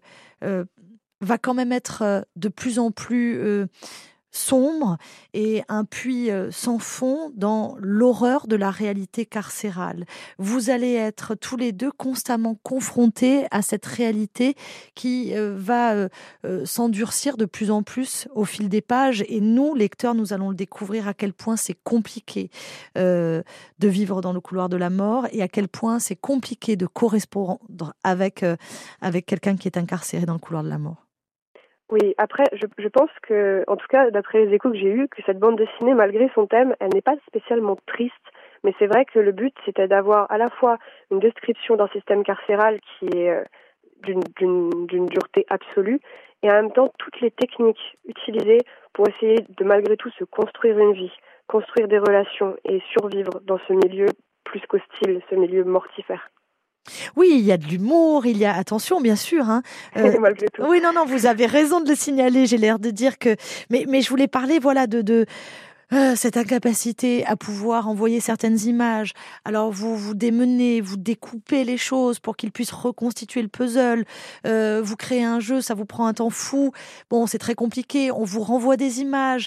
va quand même être de plus en plus sombre et un puits sans fond dans l'horreur de la réalité carcérale. Vous allez être tous les deux constamment confrontés à cette réalité qui va s'endurcir de plus en plus au fil des pages et nous, lecteurs, nous allons le découvrir à quel point c'est compliqué de vivre dans le couloir de la mort et à quel point c'est compliqué de correspondre avec quelqu'un qui est incarcéré dans le couloir de la mort. Oui, après, je pense que, en tout cas, d'après les échos que j'ai eus, que cette bande dessinée, malgré son thème, elle n'est pas spécialement triste. Mais c'est vrai que le but, c'était d'avoir à la fois une description d'un système carcéral qui est d'une dureté absolue, et en même temps toutes les techniques utilisées pour essayer de, malgré tout, se construire une vie, construire des relations et survivre dans ce milieu plus qu'hostile, ce milieu mortifère. Oui, il y a de l'humour, il y a attention, bien sûr. Malgré tout. Oui, non, vous avez raison de le signaler. J'ai l'air de dire que, mais je voulais parler, voilà, de cette incapacité à pouvoir envoyer certaines images. Alors vous démenez, vous découpez les choses pour qu'ils puissent reconstituer le puzzle. Vous créez un jeu, ça vous prend un temps fou. Bon, c'est très compliqué. On vous renvoie des images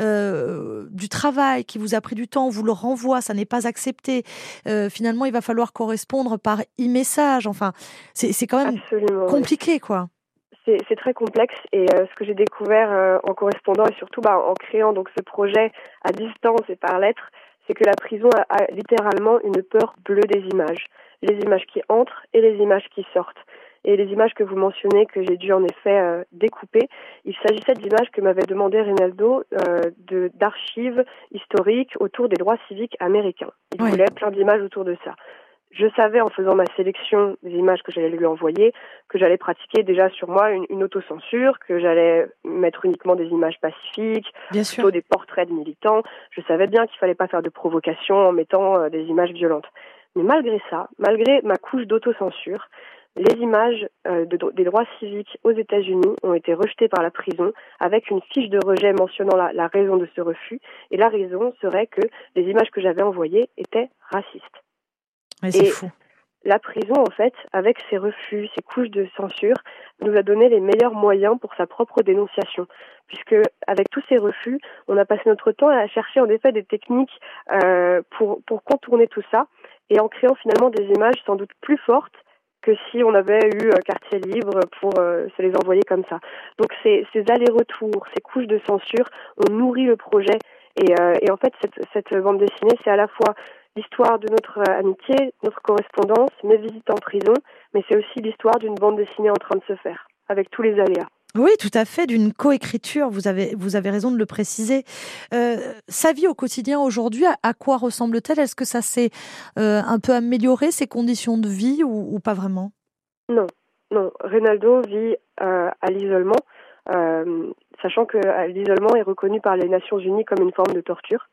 du travail qui vous a pris du temps. On vous le renvoie, ça n'est pas accepté. Finalement, il va falloir correspondre par e-message. Enfin, c'est quand même Absolument, compliqué, quoi. C'est très complexe et ce que j'ai découvert en correspondant et surtout en créant donc ce projet à distance et par lettres, c'est que la prison a littéralement une peur bleue des images. Les images qui entrent et les images qui sortent. Et les images que vous mentionnez, que j'ai dû en effet découper, il s'agissait d'images que m'avait demandé Reynaldo d'archives historiques autour des droits civiques américains. Il voulait plein d'images autour de ça. Je savais en faisant ma sélection des images que j'allais lui envoyer que j'allais pratiquer déjà sur moi une autocensure, que j'allais mettre uniquement des images pacifiques, plutôt des portraits de militants. Je savais bien qu'il fallait pas faire de provocation en mettant des images violentes. Mais malgré ça, malgré ma couche d'autocensure, les images des droits civiques aux États-Unis ont été rejetées par la prison avec une fiche de rejet mentionnant la raison de ce refus. Et la raison serait que les images que j'avais envoyées étaient racistes. Mais c'est fou. La prison, en fait, avec ses refus, ses couches de censure, nous a donné les meilleurs moyens pour sa propre dénonciation. Puisque, avec tous ces refus, on a passé notre temps à chercher en effet des techniques pour contourner tout ça, et en créant finalement des images sans doute plus fortes que si on avait eu quartier libre pour se les envoyer comme ça. Donc ces allers-retours, ces couches de censure ont nourri le projet. Et en fait, cette bande dessinée, c'est à la fois l'histoire de notre amitié, notre correspondance, mes visites en prison, mais c'est aussi l'histoire d'une bande dessinée en train de se faire, avec tous les aléas. Oui, tout à fait, d'une coécriture, vous avez raison de le préciser. Sa vie au quotidien aujourd'hui, à quoi ressemble-t-elle ? Est-ce que ça s'est un peu amélioré, ses conditions de vie, ou pas vraiment ? Non. Reynaldo vit à l'isolement, sachant que l'isolement est reconnu par les Nations Unies comme une forme de torture.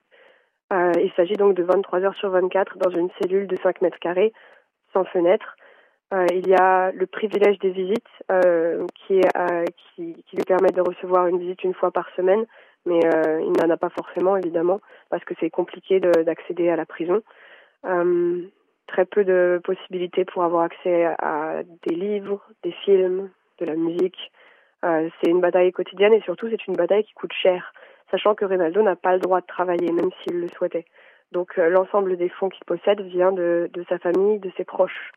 Il s'agit donc de 23 heures sur 24 dans une cellule de 5 mètres carrés, sans fenêtre. Il y a le privilège des visites qui lui permet de recevoir une visite une fois par semaine, mais il n'en a pas forcément, évidemment, parce que c'est compliqué d'accéder à la prison. Très peu de possibilités pour avoir accès à des livres, des films, de la musique. C'est une bataille quotidienne et surtout c'est une bataille qui coûte cher, sachant que Reynaldo n'a pas le droit de travailler, même s'il le souhaitait. Donc l'ensemble des fonds qu'il possède vient de sa famille, de ses proches.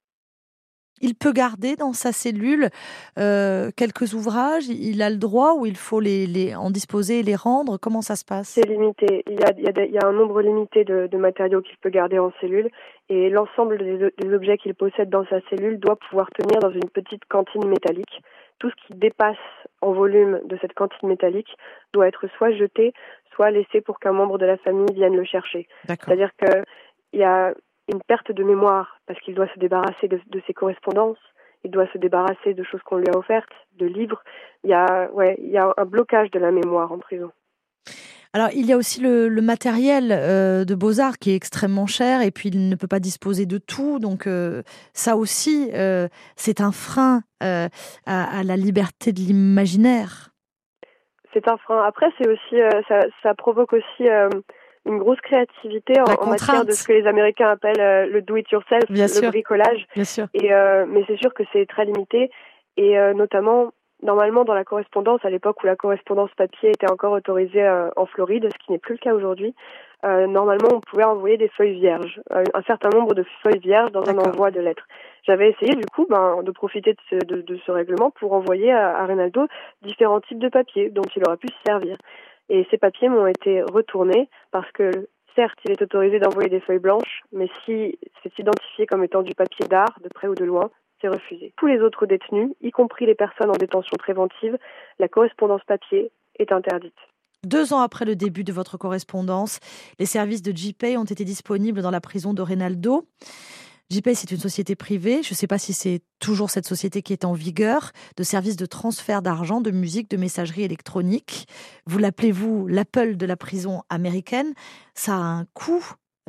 Il peut garder dans sa cellule quelques ouvrages, il a le droit, ou il faut les en disposer et les rendre ? Comment ça se passe ? C'est limité. Il y a un nombre limité de matériaux qu'il peut garder en cellule et l'ensemble des objets qu'il possède dans sa cellule doit pouvoir tenir dans une petite cantine métallique. Tout ce qui dépasse en volume de cette cantine métallique doit être soit jeté, soit laissé pour qu'un membre de la famille vienne le chercher. D'accord. C'est-à-dire qu'il y a une perte de mémoire parce qu'il doit se débarrasser de ses correspondances, il doit se débarrasser de choses qu'on lui a offertes, de livres. Il y a un blocage de la mémoire en prison. Alors, il y a aussi le matériel de Beaux-Arts qui est extrêmement cher et puis il ne peut pas disposer de tout. Donc, ça aussi, c'est un frein à la liberté de l'imaginaire. C'est un frein. Après, c'est aussi, ça provoque aussi une grosse créativité en matière de ce que les Américains appellent le do-it-yourself, le bricolage. Bien sûr. Mais c'est sûr que c'est très limité et notamment... Normalement, dans la correspondance, à l'époque où la correspondance papier était encore autorisée en Floride, ce qui n'est plus le cas aujourd'hui, normalement, on pouvait envoyer des feuilles vierges, un certain nombre de feuilles vierges dans un envoi de lettres. J'avais essayé, du coup, de profiter de ce règlement pour envoyer à Reynaldo différents types de papiers dont il aurait pu se servir. Et ces papiers m'ont été retournés parce que, certes, il est autorisé d'envoyer des feuilles blanches, mais si c'est identifié comme étant du papier d'art, de près ou de loin, c'est refusé. Tous les autres détenus, y compris les personnes en détention préventive, la correspondance papier est interdite. 2 ans après le début de votre correspondance, les services de GPay ont été disponibles dans la prison de Reynaldo. GPay, c'est une société privée. Je ne sais pas si c'est toujours cette société qui est en vigueur, de services de transfert d'argent, de musique, de messagerie électronique. Vous l'appelez-vous l'Apple de la prison américaine. Ça a un coût.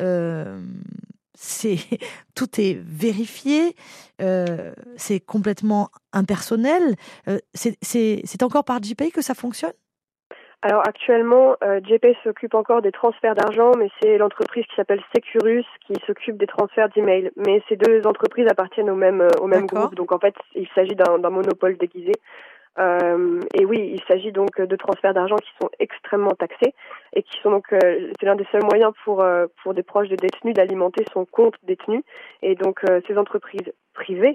Tout est vérifié, c'est complètement impersonnel. C'est encore par GPay que ça fonctionne ? Alors actuellement, GPay s'occupe encore des transferts d'argent, mais c'est l'entreprise qui s'appelle Securus qui s'occupe des transferts d'email. Mais ces deux entreprises appartiennent au même groupe, donc en fait, il s'agit d'un monopole déguisé. Et oui, il s'agit donc de transferts d'argent qui sont extrêmement taxés et qui sont donc c'est l'un des seuls moyens pour des proches de détenus d'alimenter son compte détenu. Et donc ces entreprises privées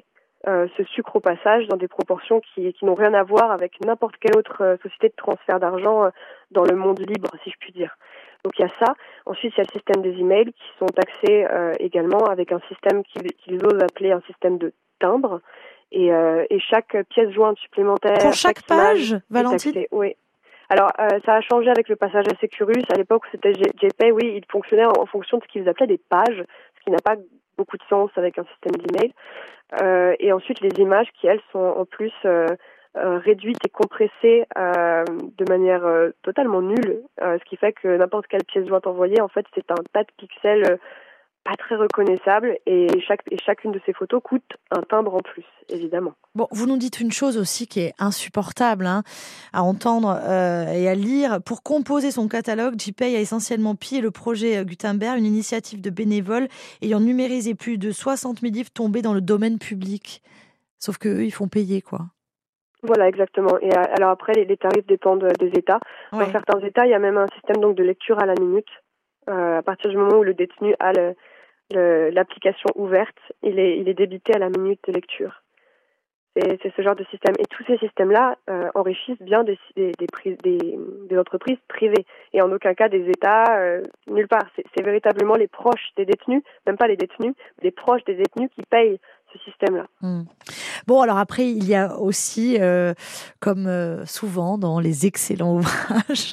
ce sucre au passage dans des proportions qui n'ont rien à voir avec n'importe quelle autre société de transfert d'argent dans le monde libre, si je puis dire. Donc il y a ça. Ensuite, il y a le système des emails qui sont taxés également avec un système qu'ils osent appeler un système de timbre. Et chaque pièce jointe supplémentaire... Pour chaque page, Valentine? Oui. Alors, ça a changé avec le passage à Securus. À l'époque où c'était JPay, oui, il fonctionnait en fonction de ce qu'ils appelaient des pages, ce qui n'a pas beaucoup de sens avec un système d'email. Et ensuite, les images qui, elles, sont en plus réduites et compressées de manière totalement nulle, ce qui fait que n'importe quelle pièce jointe envoyée, en fait, c'est un tas de pixels pas très reconnaissable et chacune de ces photos coûte un timbre en plus, évidemment. Bon, vous nous dites une chose aussi qui est insupportable à entendre et à lire. Pour composer son catalogue, JPay a essentiellement pillé le projet Gutenberg, une initiative de bénévoles ayant numérisé plus de 60 000 livres tombés dans le domaine public. Sauf qu'eux, ils font payer, quoi. Voilà, exactement. Et alors après, les tarifs dépendent des États. Ouais. Dans certains États, il y a même un système donc de lecture à la minute. À partir du moment où le détenu a l'application ouverte, il est débité à la minute de lecture. C'est ce genre de système. Et tous ces systèmes-là enrichissent bien des entreprises privées. Et en aucun cas des États, nulle part. C'est véritablement les proches des détenus, même pas les détenus, les proches des détenus qui payent ce système-là. Bon, alors après, il y a aussi, comme souvent dans les excellents ouvrages,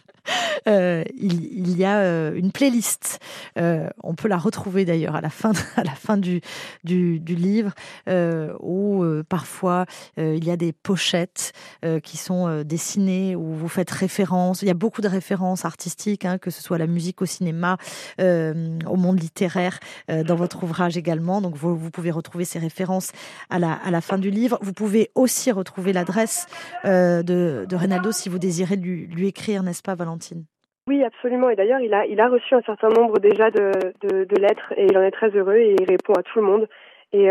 il y a une playlist. On peut la retrouver d'ailleurs à la fin du livre, où parfois il y a des pochettes qui sont dessinées, où vous faites référence. Il y a beaucoup de références artistiques, que ce soit à la musique, au cinéma, au monde littéraire, dans votre ouvrage également. Donc vous pouvez retrouver ces références à la fin du livre. Vous pouvez aussi retrouver l'adresse de Reynaldo si vous désirez lui écrire, n'est-ce pas, Valentine? Oui, absolument. Et d'ailleurs, il a reçu un certain nombre déjà de lettres et il en est très heureux et il répond à tout le monde. Et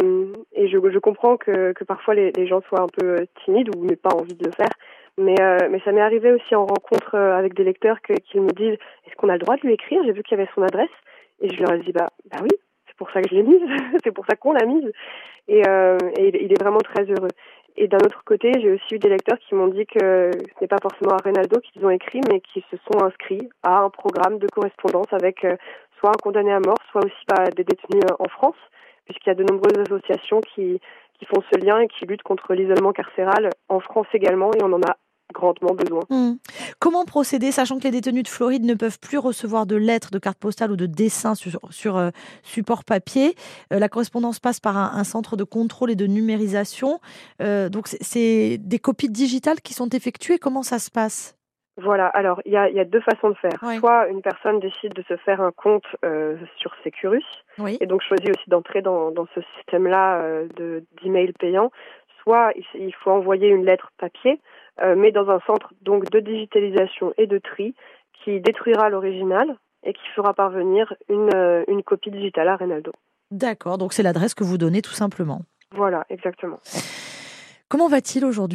je comprends que parfois les gens soient un peu timides ou n'aient pas envie de le faire. Mais ça m'est arrivé aussi en rencontre avec des lecteurs qui me disent « Est-ce qu'on a le droit de lui écrire ?» J'ai vu qu'il y avait son adresse et je leur ai dit « Bah oui, c'est pour ça que je l'ai mise, c'est pour ça qu'on l'a mise. » Et il est vraiment très heureux. Et d'un autre côté, j'ai aussi eu des lecteurs qui m'ont dit que ce n'est pas forcément à Reynaldo qu'ils ont écrit, mais qui se sont inscrits à un programme de correspondance avec soit un condamné à mort, soit aussi des détenus en France, puisqu'il y a de nombreuses associations qui font ce lien et qui luttent contre l'isolement carcéral en France également, et on en a grandement besoin. Comment procéder, sachant que les détenus de Floride ne peuvent plus recevoir de lettres, de cartes postales ou de dessins sur support papier? La correspondance passe par un centre de contrôle et de numérisation. Donc c'est des copies digitales qui sont effectuées. Comment ça se passe? Voilà, alors il y a deux façons de faire. Oui. Soit une personne décide de se faire un compte sur Securus, Oui. et donc choisit aussi d'entrer dans ce système-là d'email payant. Soit il faut envoyer une lettre papier, mais dans un centre donc de digitalisation et de tri qui détruira l'original et qui fera parvenir une copie digitale à Reynaldo. D'accord, donc c'est l'adresse que vous donnez tout simplement. Voilà, exactement. Comment va-t-il aujourd'hui ?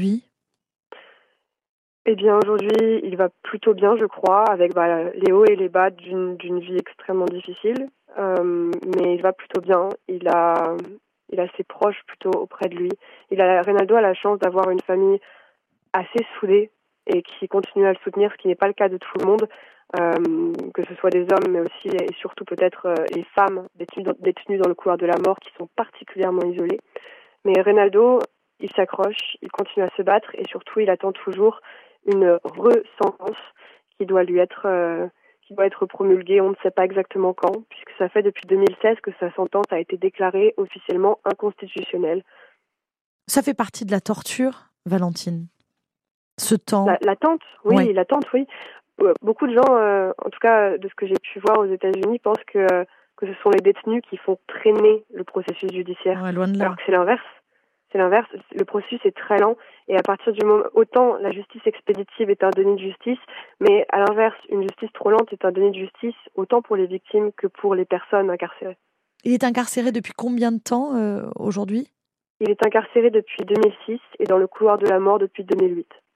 Eh bien, aujourd'hui, il va plutôt bien, je crois, avec les hauts et les bas d'une vie extrêmement difficile. Mais il va plutôt bien. Il a ses proches plutôt auprès de lui. Reynaldo a la chance d'avoir une famille assez soudée et qui continue à le soutenir, ce qui n'est pas le cas de tout le monde, que ce soit des hommes, mais aussi et surtout peut-être les femmes détenues dans le couloir de la mort qui sont particulièrement isolées. Mais Reynaldo, il s'accroche, il continue à se battre et surtout, il attend toujours une re-sentence qui doit être promulguée, on ne sait pas exactement quand, puisque ça fait depuis 2016 que sa sentence a été déclarée officiellement inconstitutionnelle. Ça fait partie de la torture, Valentine? Ce temps? L'attente, oui, ouais. L'attente, oui. Beaucoup de gens, en tout cas de ce que j'ai pu voir aux États-Unis, pensent que ce sont les détenus qui font traîner le processus judiciaire. Ouais, loin de là. Alors que c'est l'inverse. C'est l'inverse. Le processus est très lent et à partir du moment, autant la justice expéditive est un déni de justice, mais à l'inverse, une justice trop lente est un déni de justice autant pour les victimes que pour les personnes incarcérées. Il est incarcéré depuis combien de temps aujourd'hui ? Il est incarcéré depuis 2006 et dans le couloir de la mort depuis 2008.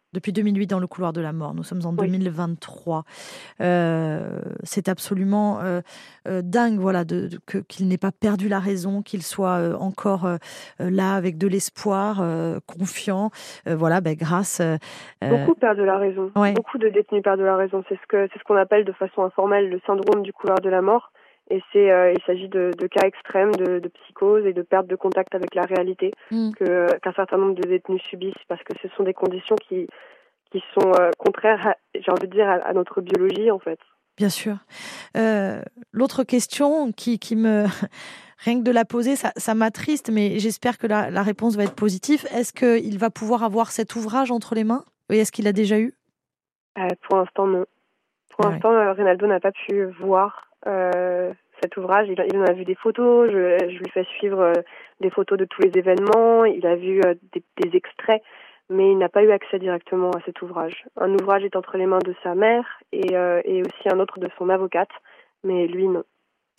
Depuis 2008, dans le couloir de la mort. Nous sommes en Oui. 2023. C'est absolument dingue, voilà, qu'il n'ait pas perdu la raison, qu'il soit encore là avec de l'espoir, confiant. Voilà, grâce. Beaucoup perdent la raison. Ouais. Beaucoup de détenus perdent la raison. C'est ce qu'on appelle de façon informelle le syndrome du couloir de la mort. Et il s'agit de cas extrêmes de psychose et de perte de contact avec la réalité qu'un certain nombre de détenus subissent parce que ce sont des conditions qui sont contraires, j'ai envie de dire, à notre biologie en fait. Bien sûr. L'autre question qui me... Rien que de la poser, ça m'attriste, mais j'espère que la réponse va être positive. Est-ce qu'il va pouvoir avoir cet ouvrage entre les mains ? Et est-ce qu'il l'a déjà eu ? Pour l'instant, non. Pour l'instant, Reynaldo n'a pas pu voir cet ouvrage. Il en a vu des photos. Je lui fais suivre des photos de tous les événements. Il a vu des extraits, mais il n'a pas eu accès directement à cet ouvrage. Un ouvrage est entre les mains de sa mère et aussi un autre de son avocate, mais lui, non.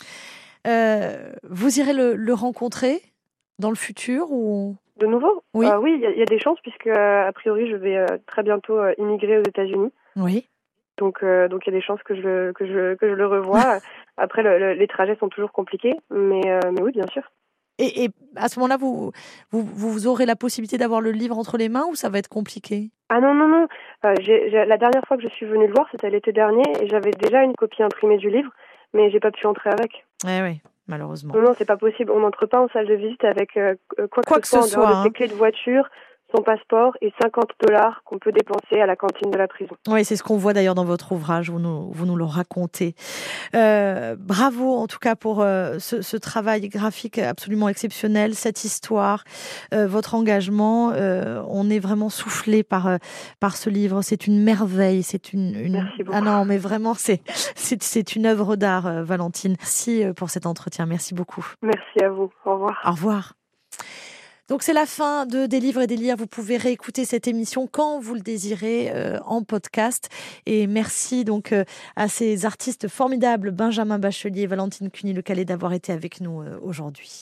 Vous irez le rencontrer dans le futur ou... De nouveau ? Oui. Oui, il y a des chances puisque a priori je vais très bientôt immigrer aux États-Unis. Oui. Donc il y a des chances que je le revoie. Après les trajets sont toujours compliqués, mais oui, bien sûr. Et à ce moment-là, vous aurez la possibilité d'avoir le livre entre les mains ou ça va être compliqué ? Ah non. La dernière fois que je suis venue le voir, c'était l'été dernier et j'avais déjà une copie imprimée du livre, mais j'ai pas pu entrer avec. Oui, malheureusement. Non, c'est pas possible. On n'entre pas en salle de visite avec quoi que ce soit en dehors de ses clés de voiture, son passeport et $50 qu'on peut dépenser à la cantine de la prison. Oui, c'est ce qu'on voit d'ailleurs dans votre ouvrage, vous nous le racontez. Bravo en tout cas pour ce travail graphique absolument exceptionnel, cette histoire, votre engagement. On est vraiment soufflé par ce livre. C'est une merveille. Merci beaucoup. Ah non, mais vraiment, c'est une œuvre d'art, Valentine. Merci pour cet entretien. Merci beaucoup. Merci à vous. Au revoir. Au revoir. Donc c'est la fin de Des livres et des lires. Vous pouvez réécouter cette émission quand vous le désirez en podcast. Et merci donc à ces artistes formidables, Benjamin Bachelier et Valentine Cuny-Lecallet, d'avoir été avec nous aujourd'hui.